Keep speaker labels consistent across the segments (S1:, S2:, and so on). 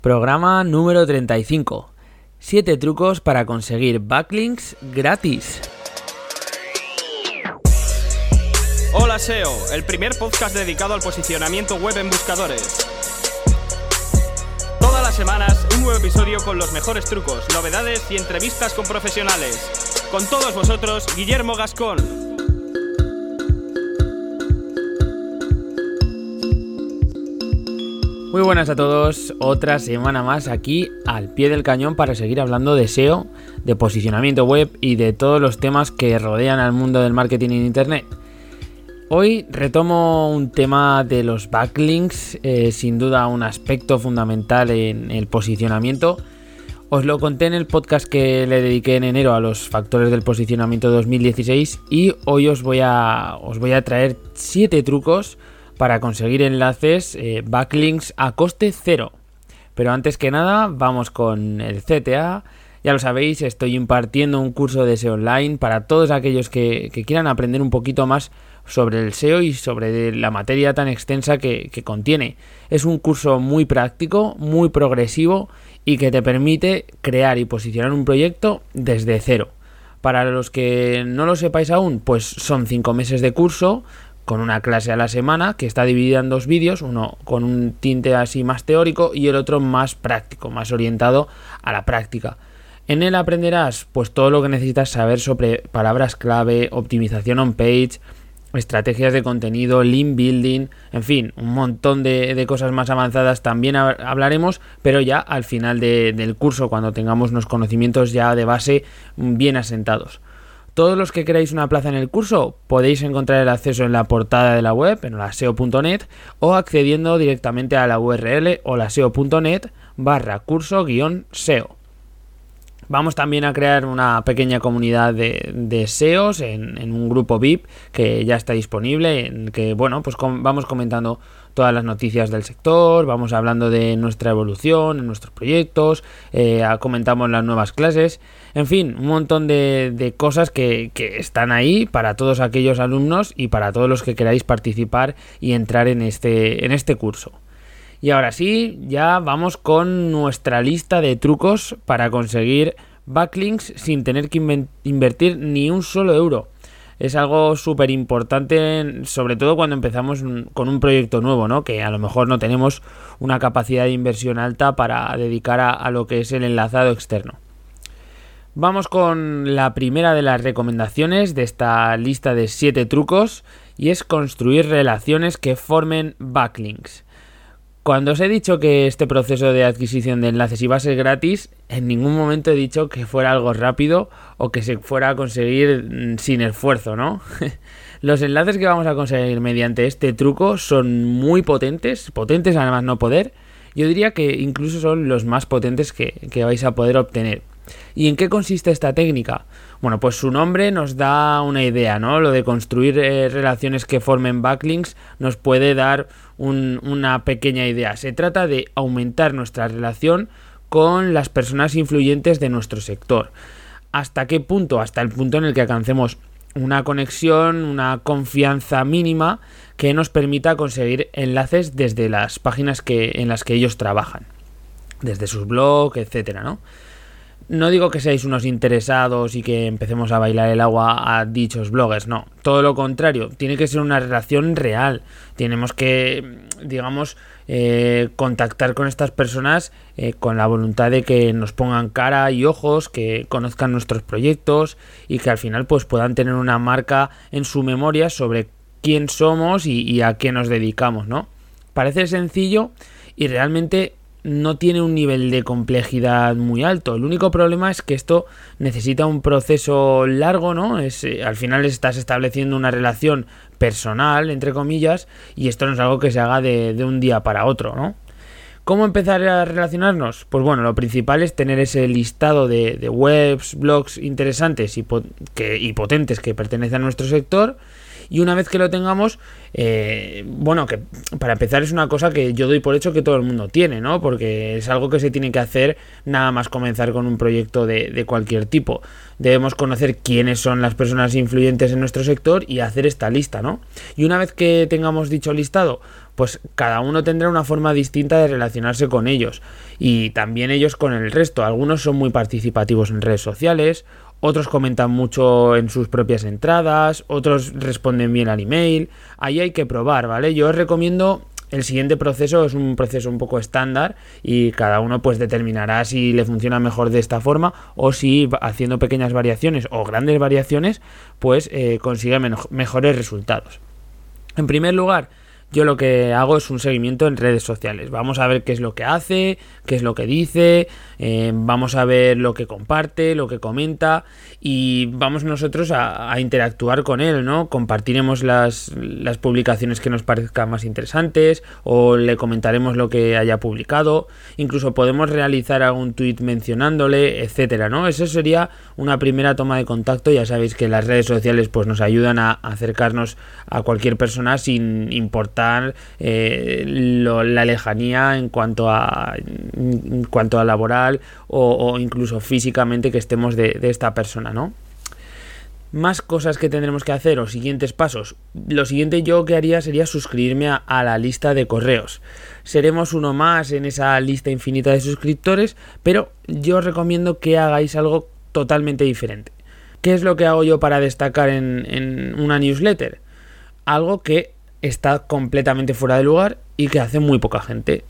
S1: Programa número 35. 7 trucos para conseguir backlinks gratis.
S2: Hola SEO, el primer podcast dedicado al posicionamiento web en buscadores. Todas las semanas, un nuevo episodio con los mejores trucos, novedades y entrevistas con profesionales. Con todos vosotros, Guillermo Gascón.
S1: Muy buenas a todos, otra semana más aquí al pie del cañón para seguir hablando de SEO, de posicionamiento web y de todos los temas que rodean al mundo del marketing en internet. Hoy retomo un tema de los backlinks, sin duda un aspecto fundamental en el posicionamiento. Os lo conté en el podcast que le dediqué en enero a los factores del posicionamiento 2016 y hoy os voy a traer 7 trucos para conseguir enlaces, backlinks a coste cero. Pero antes que nada, vamos con el CTA. Ya lo sabéis, estoy impartiendo un curso de SEO online para todos aquellos que quieran aprender un poquito más sobre el SEO y sobre la materia tan extensa que contiene. Es un curso muy práctico, muy progresivo y que te permite crear y posicionar un proyecto desde cero. Para los que no lo sepáis aún, pues son 5 meses de curso, con una clase a la semana que está dividida en 2 vídeos, uno con un tinte así más teórico y el otro más práctico, más orientado a la práctica. En él aprenderás pues todo lo que necesitas saber sobre palabras clave, optimización on-page, estrategias de contenido, link building, en fin, un montón de cosas más avanzadas también hablaremos, pero ya al final del curso, cuando tengamos unos conocimientos ya de base bien asentados. Todos los que queráis una plaza en el curso podéis encontrar el acceso en la portada de la web, en holaseo.net, o accediendo directamente a la URL holaseo.net/curso-SEO. Vamos también a crear una pequeña comunidad de SEOs en un grupo VIP que ya está disponible, en que pues vamos comentando todas las noticias del sector, vamos hablando de nuestra evolución en nuestros proyectos, comentamos las nuevas clases, en fin, un montón de cosas que están ahí para todos aquellos alumnos y para todos los que queráis participar y entrar en este curso. Y ahora sí, ya vamos con nuestra lista de trucos para conseguir backlinks sin tener que invertir ni un solo euro. Es algo súper importante, sobre todo cuando empezamos con un proyecto nuevo, ¿no? Que a lo mejor no tenemos una capacidad de inversión alta para dedicar a lo que es el enlazado externo. Vamos con la primera de las recomendaciones de esta lista de 7 trucos y es construir relaciones que formen backlinks. Cuando os he dicho que este proceso de adquisición de enlaces iba a ser gratis, en ningún momento he dicho que fuera algo rápido o que se fuera a conseguir sin esfuerzo, ¿no? Los enlaces que vamos a conseguir mediante este truco son muy potentes además no poder. Yo diría que incluso son los más potentes que vais a poder obtener. ¿Y en qué consiste esta técnica? Bueno, pues su nombre nos da una idea, ¿no? Lo de construir relaciones que formen backlinks nos puede dar una pequeña idea. Se trata de aumentar nuestra relación con las personas influyentes de nuestro sector. ¿Hasta qué punto? Hasta el punto en el que alcancemos una conexión, una confianza mínima que nos permita conseguir enlaces desde las páginas en las que ellos trabajan, desde sus blogs, etcétera, ¿no? No digo que seáis unos interesados y que empecemos a bailar el agua a dichos bloggers, no. Todo lo contrario, tiene que ser una relación real. Tenemos que, contactar con estas personas con la voluntad de que nos pongan cara y ojos, que conozcan nuestros proyectos y que al final pues puedan tener una marca en su memoria sobre quién somos y a qué nos dedicamos, ¿no? Parece sencillo y realmente no tiene un nivel de complejidad muy alto. El único problema es que esto necesita un proceso largo, ¿no? Al final estás estableciendo una relación personal, entre comillas, y esto no es algo que se haga de un día para otro, ¿no? ¿Cómo empezar a relacionarnos? Pues bueno, lo principal es tener ese listado de webs, blogs interesantes y potentes que pertenecen a nuestro sector Y una vez que lo tengamos, bueno, que para empezar es una cosa que yo doy por hecho que todo el mundo tiene, ¿no? Porque es algo que se tiene que hacer nada más comenzar con un proyecto de cualquier tipo. Debemos conocer quiénes son las personas influyentes en nuestro sector y hacer esta lista, ¿no? Y una vez que tengamos dicho listado, pues cada uno tendrá una forma distinta de relacionarse con ellos y también ellos con el resto. Algunos son muy participativos en redes sociales, otros comentan mucho en sus propias entradas, otros responden bien al email. Ahí hay que probar, ¿vale? Yo os recomiendo el siguiente proceso, es un proceso un poco estándar y cada uno pues determinará si le funciona mejor de esta forma o si haciendo pequeñas variaciones o grandes variaciones pues consigue mejores resultados. En primer lugar, yo lo que hago es un seguimiento en redes sociales. Vamos a ver qué es lo que hace, qué es lo que dice, vamos a ver lo que comparte, lo que comenta y vamos nosotros a interactuar con él, ¿no? Compartiremos las publicaciones que nos parezcan más interesantes o le comentaremos lo que haya publicado. Incluso podemos realizar algún tuit mencionándole, etcétera, ¿no? Eso sería una primera toma de contacto. Ya sabéis que las redes sociales pues nos ayudan a acercarnos a cualquier persona sin importar la lejanía en cuanto a laboral o incluso físicamente que estemos de esta persona, ¿no? Más cosas que tendremos que hacer o siguientes pasos. Lo siguiente yo que haría sería suscribirme a la lista de correos. Seremos uno más en esa lista infinita de suscriptores, pero yo os recomiendo que hagáis algo totalmente diferente. ¿Qué es lo que hago yo para destacar en una newsletter? Algo que está completamente fuera de lugar y que hace muy poca gente.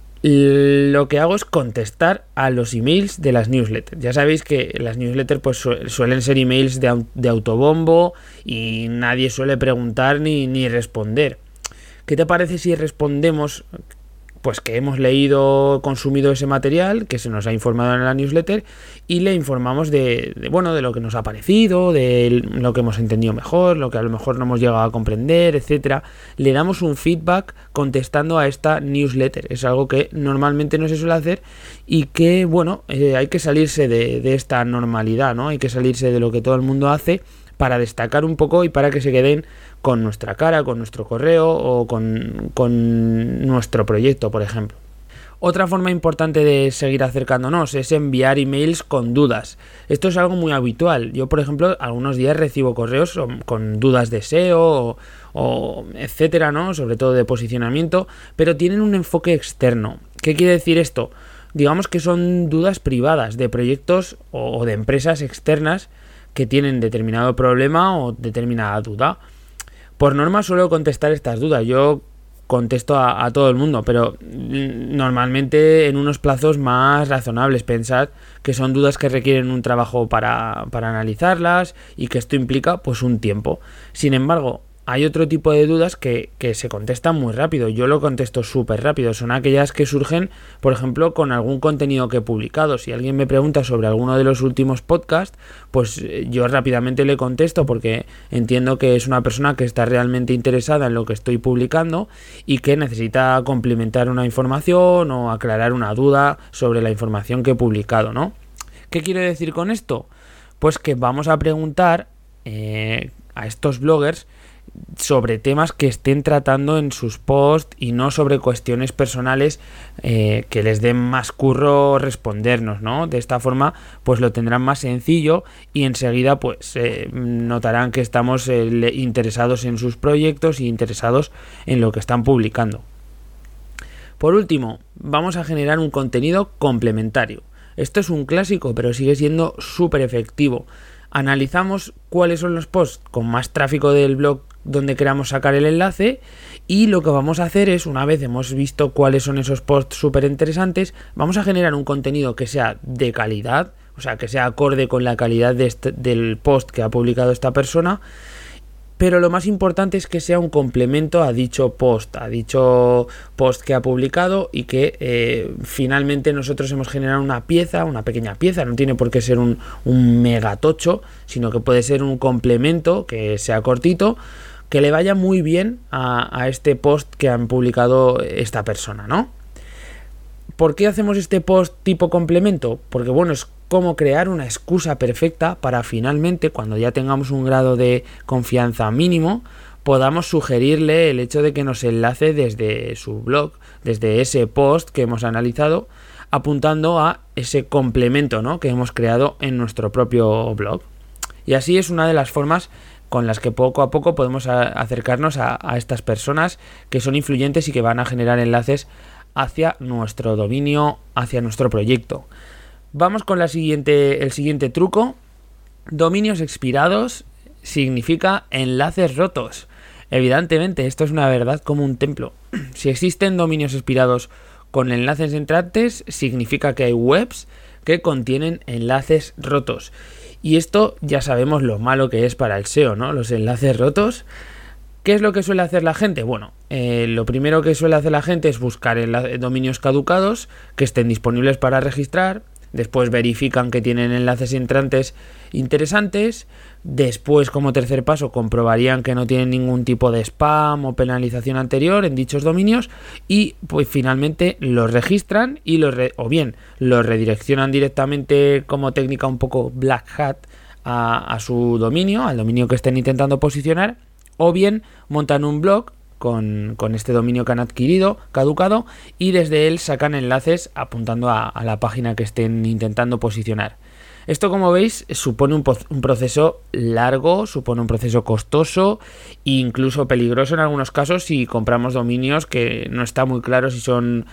S1: Lo que hago es contestar a los emails de las newsletters. Ya sabéis que las newsletters pues suelen ser emails de autobombo y nadie suele preguntar ni responder. ¿Qué te parece si respondemos pues que hemos leído, consumido ese material, que se nos ha informado en la newsletter y le informamos de lo que nos ha parecido, de lo que hemos entendido mejor, lo que a lo mejor no hemos llegado a comprender, etcétera? Le damos un feedback contestando a esta newsletter. Es algo que normalmente no se suele hacer y que, hay que salirse de esta normalidad, ¿no? Hay que salirse de lo que todo el mundo hace para destacar un poco y para que se queden con nuestra cara, con nuestro correo o con nuestro proyecto, por ejemplo. Otra forma importante de seguir acercándonos es enviar emails con dudas. Esto es algo muy habitual. Yo, por ejemplo, algunos días recibo correos con dudas de SEO o etcétera, ¿no? Sobre todo de posicionamiento, pero tienen un enfoque externo. ¿Qué quiere decir esto? Digamos que son dudas privadas de proyectos o de empresas externas que tienen determinado problema o determinada duda. Por norma suelo contestar estas dudas. Yo contesto a todo el mundo, pero normalmente en unos plazos más razonables. Pensad que son dudas que requieren un trabajo para analizarlas y que esto implica pues un tiempo. Sin embargo, hay otro tipo de dudas que se contestan muy rápido. Yo lo contesto súper rápido. Son aquellas que surgen, por ejemplo, con algún contenido que he publicado. Si alguien me pregunta sobre alguno de los últimos podcasts, pues yo rápidamente le contesto porque entiendo que es una persona que está realmente interesada en lo que estoy publicando y que necesita complementar una información o aclarar una duda sobre la información que he publicado, ¿no? ¿Qué quiero decir con esto? Pues que vamos a preguntar a estos bloggers sobre temas que estén tratando en sus posts y no sobre cuestiones personales que les den más curro respondernos, ¿no? De esta forma pues lo tendrán más sencillo y enseguida pues notarán que estamos interesados en sus proyectos y interesados en lo que están publicando. Por último, vamos a generar un contenido complementario. Esto es un clásico, pero sigue siendo súper efectivo. Analizamos cuáles son los posts con más tráfico del blog donde queramos sacar el enlace y lo que vamos a hacer es, una vez hemos visto cuáles son esos posts súper interesantes, vamos a generar un contenido que sea de calidad, o sea, que sea acorde con la calidad del post que ha publicado esta persona, pero lo más importante es que sea un complemento a dicho post que ha publicado y que finalmente nosotros hemos generado una pequeña pieza, no tiene por qué ser un megatocho, sino que puede ser un complemento que sea cortito, que le vaya muy bien a este post que han publicado esta persona, ¿no? ¿Por qué hacemos este post tipo complemento? Porque es como crear una excusa perfecta para finalmente, cuando ya tengamos un grado de confianza mínimo, podamos sugerirle el hecho de que nos enlace desde su blog, desde ese post que hemos analizado, apuntando a ese complemento, ¿no?, que hemos creado en nuestro propio blog. Y así es una de las formas con las que poco a poco podemos acercarnos a estas personas que son influyentes y que van a generar enlaces hacia nuestro dominio, hacia nuestro proyecto. Vamos con el siguiente truco. Dominios expirados significa enlaces rotos. Evidentemente, esto es una verdad como un templo. Si existen dominios expirados con enlaces entrantes, significa que hay webs que contienen enlaces rotos. Y esto ya sabemos lo malo que es para el SEO, ¿no? Los enlaces rotos. ¿Qué es lo que suele hacer la gente? Bueno, lo primero que suele hacer la gente es buscar dominios caducados que estén disponibles para registrar. Después verifican que tienen enlaces entrantes interesantes. Después, como tercer paso, comprobarían que no tienen ningún tipo de spam o penalización anterior en dichos dominios. Y pues finalmente los registran y o bien los redireccionan directamente como técnica un poco black hat a su dominio, al dominio que estén intentando posicionar. O bien montan un blog con este dominio que han adquirido, caducado, y desde él sacan enlaces apuntando a la página que estén intentando posicionar. Esto, como veis, supone un proceso largo, supone un proceso costoso e incluso peligroso en algunos casos si compramos dominios que no está muy claro si son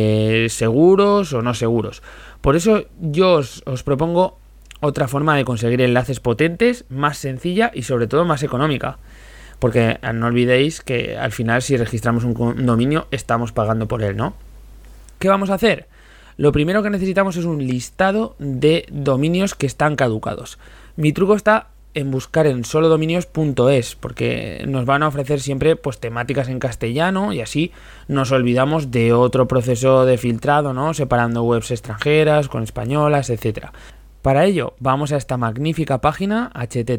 S1: seguros o no seguros. Por eso yo os propongo otra forma de conseguir enlaces potentes, más sencilla y sobre todo más económica. Porque no olvidéis que al final, si registramos un dominio, estamos pagando por él, ¿no? ¿Qué vamos a hacer? Lo primero que necesitamos es un listado de dominios que están caducados. Mi truco está en buscar en solodominios.es, porque nos van a ofrecer siempre pues temáticas en castellano y así nos olvidamos de otro proceso de filtrado, ¿no?, separando webs extranjeras con españolas, etcétera. Para ello, vamos a esta magnífica página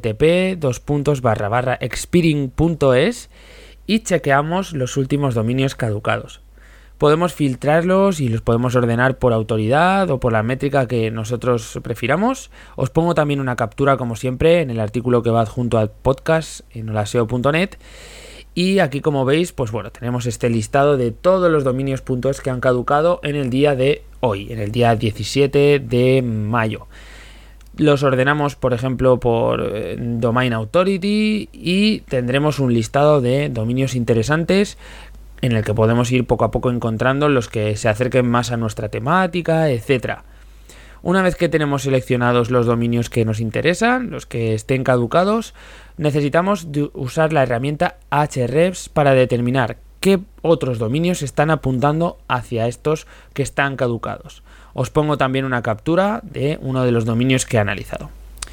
S1: http://expiring.es y chequeamos los últimos dominios caducados. Podemos filtrarlos y los podemos ordenar por autoridad o por la métrica que nosotros prefiramos. Os pongo también una captura, como siempre, en el artículo que va adjunto al podcast en holaseo.net. Y aquí, como veis, pues bueno, tenemos este listado de todos los dominios.es que han caducado en el día de hoy, en el día 17 de mayo. Los ordenamos, por ejemplo, por Domain Authority y tendremos un listado de dominios interesantes en el que podemos ir poco a poco encontrando los que se acerquen más a nuestra temática, etcétera. Una vez que tenemos seleccionados los dominios que nos interesan, los que estén caducados, necesitamos usar la herramienta Ahrefs para determinar qué otros dominios están apuntando hacia estos que están caducados. Os pongo también una captura de uno de los dominios que he analizado.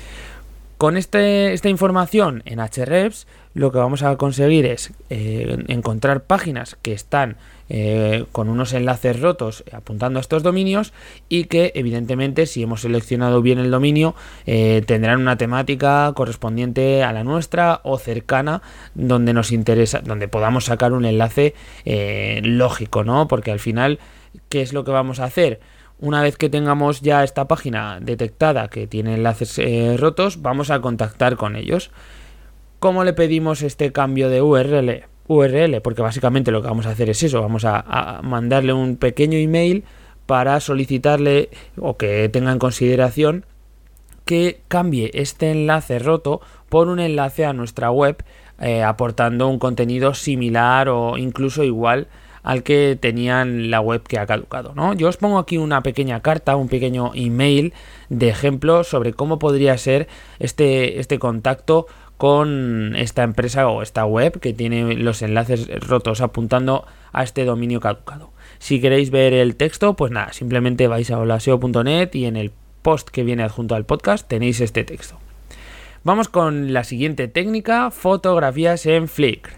S1: Con esta información en Ahrefs, lo que vamos a conseguir es encontrar páginas que están con unos enlaces rotos apuntando a estos dominios y que, evidentemente, si hemos seleccionado bien el dominio, tendrán una temática correspondiente a la nuestra o cercana donde nos interesa, donde podamos sacar un enlace lógico, ¿no? Porque al final, ¿qué es lo que vamos a hacer? Una vez que tengamos ya esta página detectada que tiene enlaces rotos, vamos a contactar con ellos. ¿Cómo le pedimos este cambio de URL? Porque básicamente lo que vamos a hacer es eso, vamos a mandarle un pequeño email para solicitarle o que tenga en consideración que cambie este enlace roto por un enlace a nuestra web, aportando un contenido similar o incluso igual al que tenían la web que ha caducado, ¿no? Yo os pongo aquí una pequeña carta, un pequeño email de ejemplo sobre cómo podría ser este contacto con esta empresa o esta web que tiene los enlaces rotos apuntando a este dominio caducado. Si queréis ver el texto, pues nada, simplemente vais a holaseo.net y en el post que viene adjunto al podcast tenéis este texto. Vamos con la siguiente técnica, fotografías en Flickr.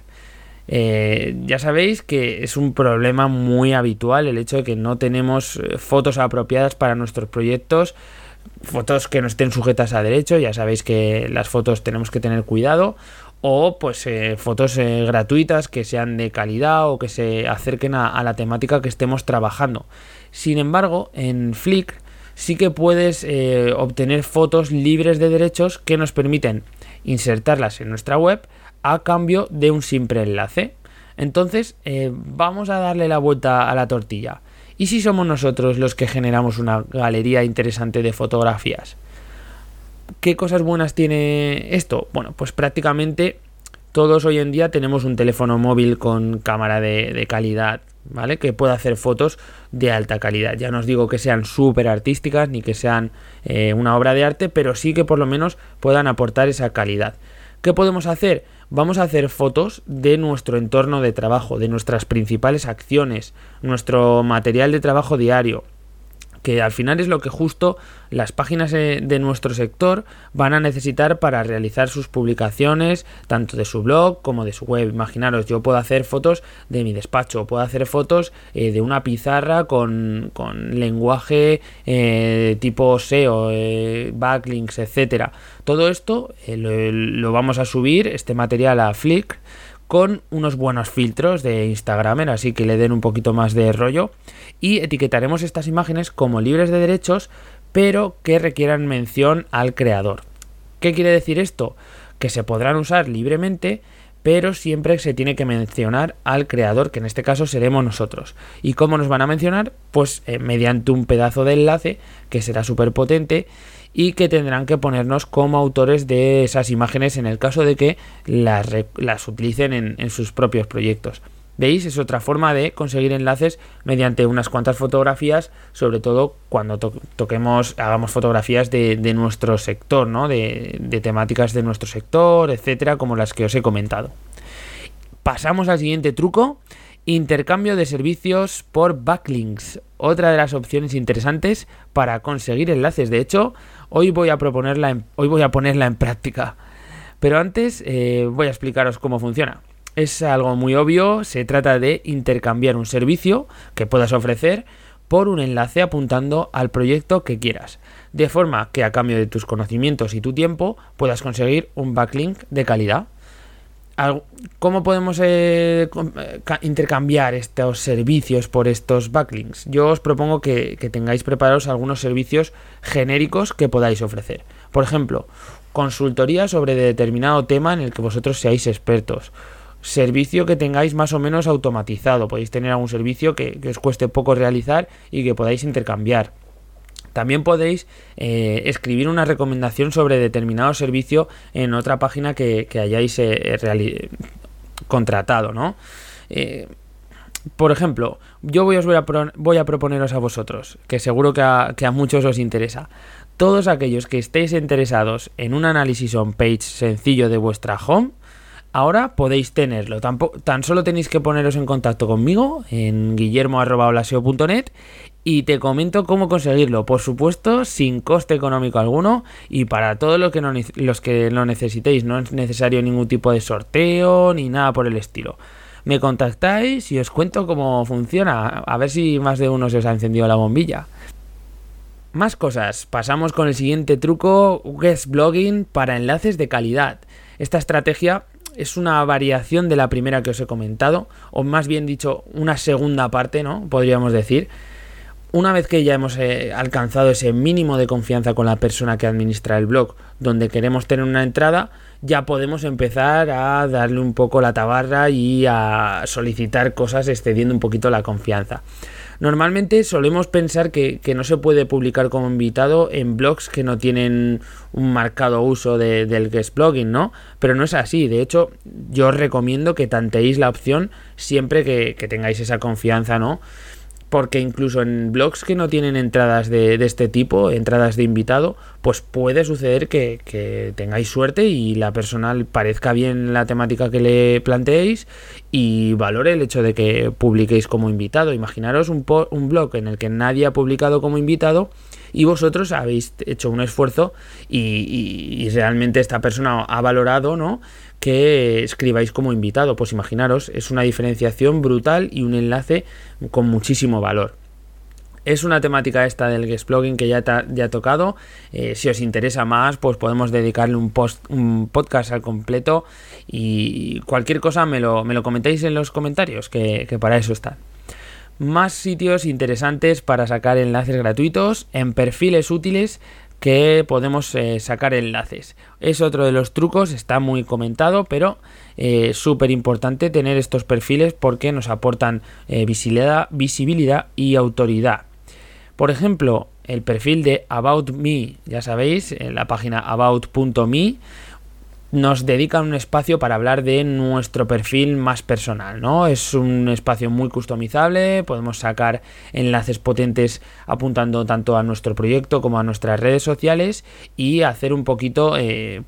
S1: Ya sabéis que es un problema muy habitual el hecho de que no tenemos fotos apropiadas para nuestros proyectos, fotos que no estén sujetas a derecho. Ya sabéis que las fotos tenemos que tener cuidado, o pues fotos gratuitas que sean de calidad o que se acerquen a la temática que estemos trabajando. Sin embargo, en Flickr sí que puedes obtener fotos libres de derechos que nos permiten insertarlas en nuestra web, a cambio de un simple enlace. Entonces, vamos a darle la vuelta a la tortilla. ¿Y si somos nosotros los que generamos una galería interesante de fotografías? ¿Qué cosas buenas tiene esto? Bueno, pues prácticamente todos hoy en día tenemos un teléfono móvil con cámara de calidad, ¿vale? Que puede hacer fotos de alta calidad. Ya no os digo que sean súper artísticas ni que sean una obra de arte, pero sí que por lo menos puedan aportar esa calidad. ¿Qué podemos hacer? Vamos a hacer fotos de nuestro entorno de trabajo, de nuestras principales acciones, nuestro material de trabajo diario, que al final es lo que justo las páginas de nuestro sector van a necesitar para realizar sus publicaciones, tanto de su blog como de su web. Imaginaros, yo puedo hacer fotos de mi despacho, puedo hacer fotos de una pizarra con lenguaje tipo SEO, backlinks, etcétera. Todo esto lo vamos a subir, este material, a Flickr, con unos buenos filtros de Instagramer, así que le den un poquito más de rollo, y etiquetaremos estas imágenes como libres de derechos, pero que requieran mención al creador. ¿Qué quiere decir esto? Que se podrán usar libremente, pero siempre se tiene que mencionar al creador, que en este caso seremos nosotros. ¿Y cómo nos van a mencionar? Pues mediante un pedazo de enlace que será súper potente y que tendrán que ponernos como autores de esas imágenes en el caso de que las utilicen en sus propios proyectos. ¿Veis? Es otra forma de conseguir enlaces mediante unas cuantas fotografías, sobre todo cuando hagamos fotografías de nuestro sector, ¿no? De temáticas de nuestro sector, etcétera, como las que os he comentado. Pasamos al siguiente truco: intercambio de servicios por backlinks. Otra de las opciones interesantes para conseguir enlaces. De hecho, hoy voy a ponerla en práctica. Pero antes voy a explicaros cómo funciona. Es algo muy obvio, se trata de intercambiar un servicio que puedas ofrecer por un enlace apuntando al proyecto que quieras, de forma que a cambio de tus conocimientos y tu tiempo puedas conseguir un backlink de calidad. ¿Cómo podemos intercambiar estos servicios por estos backlinks? Yo os propongo que tengáis preparados algunos servicios genéricos que podáis ofrecer. Por ejemplo, consultoría sobre determinado tema en el que vosotros seáis expertos. Servicio que tengáis más o menos automatizado. Podéis tener algún servicio que os cueste poco realizar y que podáis intercambiar. También podéis escribir una recomendación sobre determinado servicio en otra página que hayáis contratado, ¿no? Por ejemplo, yo voy a proponeros a vosotros, que seguro que a muchos os interesa. Todos aquellos que estéis interesados en un análisis on-page sencillo de vuestra home, ahora podéis tenerlo. Tan solo tenéis que poneros en contacto conmigo en guillermo@holaseo.net y te comento cómo conseguirlo. Por supuesto, sin coste económico alguno, y para todos los que lo necesitéis. No es necesario ningún tipo de sorteo ni nada por el estilo. Me contactáis y os cuento cómo funciona. A ver si más de uno se os ha encendido la bombilla. Más cosas. Pasamos con el siguiente truco: guest blogging para enlaces de calidad. Esta estrategia es una variación de la primera que os he comentado, o más bien dicho, una segunda parte, ¿no? Podríamos decir. Una vez que ya hemos alcanzado ese mínimo de confianza con la persona que administra el blog, donde queremos tener una entrada, ya podemos empezar a darle un poco la tabarra y a solicitar cosas excediendo un poquito la confianza. Normalmente solemos pensar que no se puede publicar como invitado en blogs que no tienen un marcado uso del guest blogging, ¿no? Pero no es así. De hecho, yo os recomiendo que tanteéis la opción siempre que tengáis esa confianza, ¿no? Porque incluso en blogs que no tienen entradas de este tipo, entradas de invitado, pues puede suceder que tengáis suerte y la persona parezca bien la temática que le planteéis y valore el hecho de que publiquéis como invitado. Imaginaros un blog en el que nadie ha publicado como invitado y vosotros habéis hecho un esfuerzo y realmente esta persona ha valorado, ¿no?, que escribáis como invitado. Pues imaginaros, es una diferenciación brutal y un enlace con muchísimo valor. Es una temática esta del guest blogging que ya he tocado. Si os interesa más, pues podemos dedicarle un podcast al completo, y cualquier cosa me lo comentáis en los comentarios, que para eso están. Más sitios interesantes para sacar enlaces gratuitos en perfiles útiles que podemos sacar enlaces. Es otro de los trucos, está muy comentado, pero súper importante tener estos perfiles porque nos aportan visibilidad y autoridad. Por ejemplo, el perfil de About Me, ya sabéis, en la página about.me, nos dedica un espacio para hablar de nuestro perfil más personal, ¿no? Es un espacio muy customizable, podemos sacar enlaces potentes apuntando tanto a nuestro proyecto como a nuestras redes sociales y hacer un poquito, de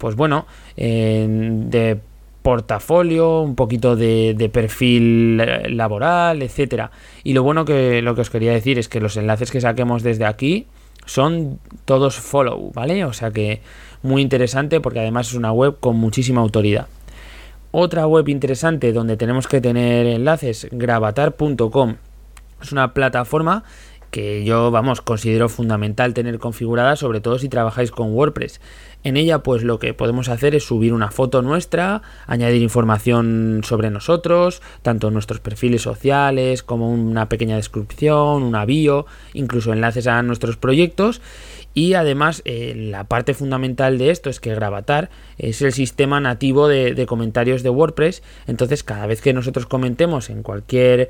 S1: portafolio, un poquito de perfil laboral, etcétera. Y lo que os quería decir es que los enlaces que saquemos desde aquí son todos follow, ¿vale? O sea que muy interesante porque además es una web con muchísima autoridad. Otra web interesante donde tenemos que tener enlaces, gravatar.com. Es una plataforma que yo, considero fundamental tener configurada, sobre todo si trabajáis con WordPress. En ella, pues lo que podemos hacer es subir una foto nuestra, añadir información sobre nosotros, tanto nuestros perfiles sociales como una pequeña descripción, una bio, incluso enlaces a nuestros proyectos. Y además, la parte fundamental de esto es que Gravatar es el sistema nativo de comentarios de WordPress. Entonces, cada vez que nosotros comentemos en cualquier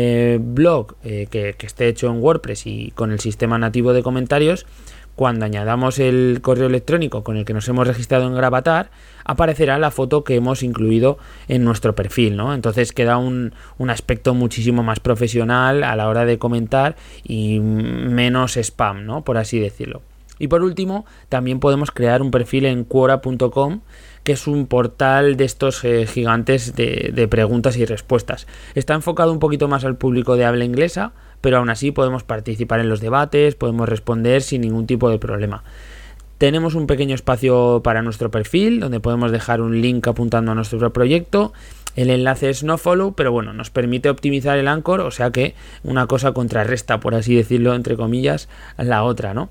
S1: blog que esté hecho en WordPress y con el sistema nativo de comentarios, cuando añadamos el correo electrónico con el que nos hemos registrado en Gravatar, aparecerá la foto que hemos incluido en nuestro perfil, ¿no? Entonces queda un aspecto muchísimo más profesional a la hora de comentar y menos spam, ¿no? Por así decirlo. Y por último, también podemos crear un perfil en Quora.com, que es un portal de estos gigantes de preguntas y respuestas. Está enfocado un poquito más al público de habla inglesa, pero aún así podemos participar en los debates, podemos responder sin ningún tipo de problema. Tenemos un pequeño espacio para nuestro perfil, donde podemos dejar un link apuntando a nuestro proyecto. El enlace es nofollow, pero nos permite optimizar el Anchor, o sea que una cosa contrarresta, por así decirlo, entre comillas, la otra, ¿no?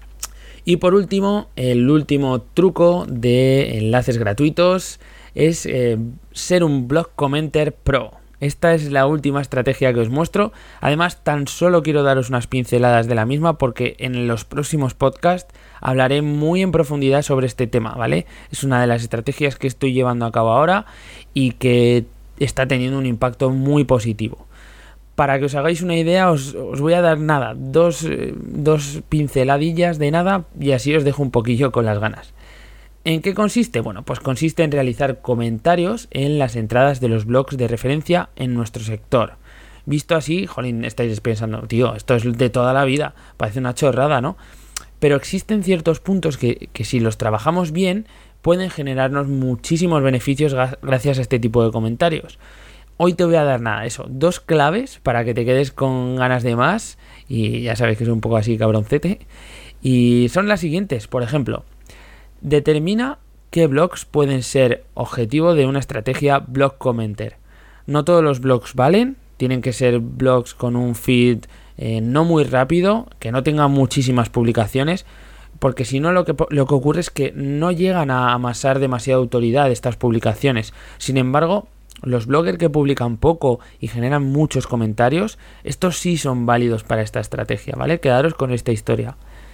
S1: Y por último, el último truco de enlaces gratuitos es ser un blog commenter pro. Esta es la última estrategia que os muestro. Además, tan solo quiero daros unas pinceladas de la misma porque en los próximos podcasts hablaré muy en profundidad sobre este tema, ¿vale? Es una de las estrategias que estoy llevando a cabo ahora y que está teniendo un impacto muy positivo. Para que os hagáis una idea, os voy a dar dos pinceladillas de nada y así os dejo un poquillo con las ganas. ¿En qué consiste? Pues consiste en realizar comentarios en las entradas de los blogs de referencia en nuestro sector. Visto así, estáis pensando, tío, esto es de toda la vida, parece una chorrada, ¿no? Pero existen ciertos puntos que si los trabajamos bien, pueden generarnos muchísimos beneficios gracias a este tipo de comentarios. Hoy te voy a dar 2 claves para que te quedes con ganas de más, y ya sabes que soy un poco así cabroncete, y son las siguientes. Por ejemplo, determina qué blogs pueden ser objetivo de una estrategia blog commenter. No todos los blogs valen, tienen que ser blogs con un feed no muy rápido, que no tengan muchísimas publicaciones, porque si no lo que ocurre es que no llegan a amasar demasiada autoridad estas publicaciones. Sin embargo, los bloggers que publican poco y generan muchos comentarios, estos sí son válidos para esta estrategia, ¿vale? Quedaros con esta historia.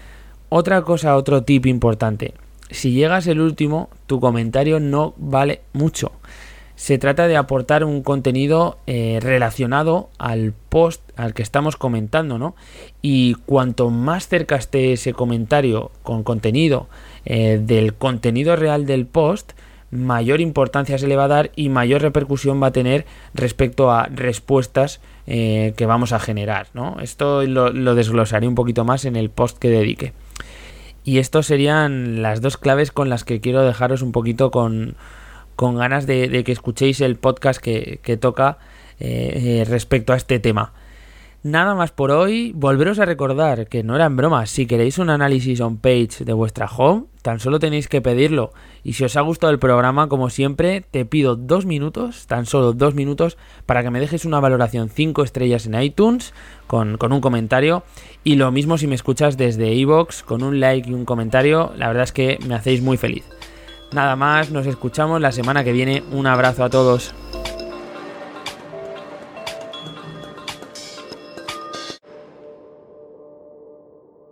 S1: Otro tip importante. Si llegas el último, tu comentario no vale mucho. Se trata de aportar un contenido relacionado al post al que estamos comentando, ¿no? Y cuanto más cerca esté ese comentario con contenido del contenido real del post, mayor importancia se le va a dar y mayor repercusión va a tener respecto a respuestas que vamos a generar, ¿no? Esto lo desglosaré un poquito más en el post que dedique. Y estos serían las 2 claves con las que quiero dejaros un poquito con ganas de que escuchéis el podcast que toca respecto a este tema. Nada más por hoy. Volveros a recordar que no era en broma. Si queréis un análisis on page de vuestra home, tan solo tenéis que pedirlo. Y si os ha gustado el programa, como siempre, te pido 2 minutos, tan solo 2 minutos, para que me dejes una valoración 5 estrellas en iTunes con un comentario. Y lo mismo si me escuchas desde iVoox, con un like y un comentario. La verdad es que me hacéis muy feliz. Nada más, nos escuchamos la semana que viene. Un abrazo a todos.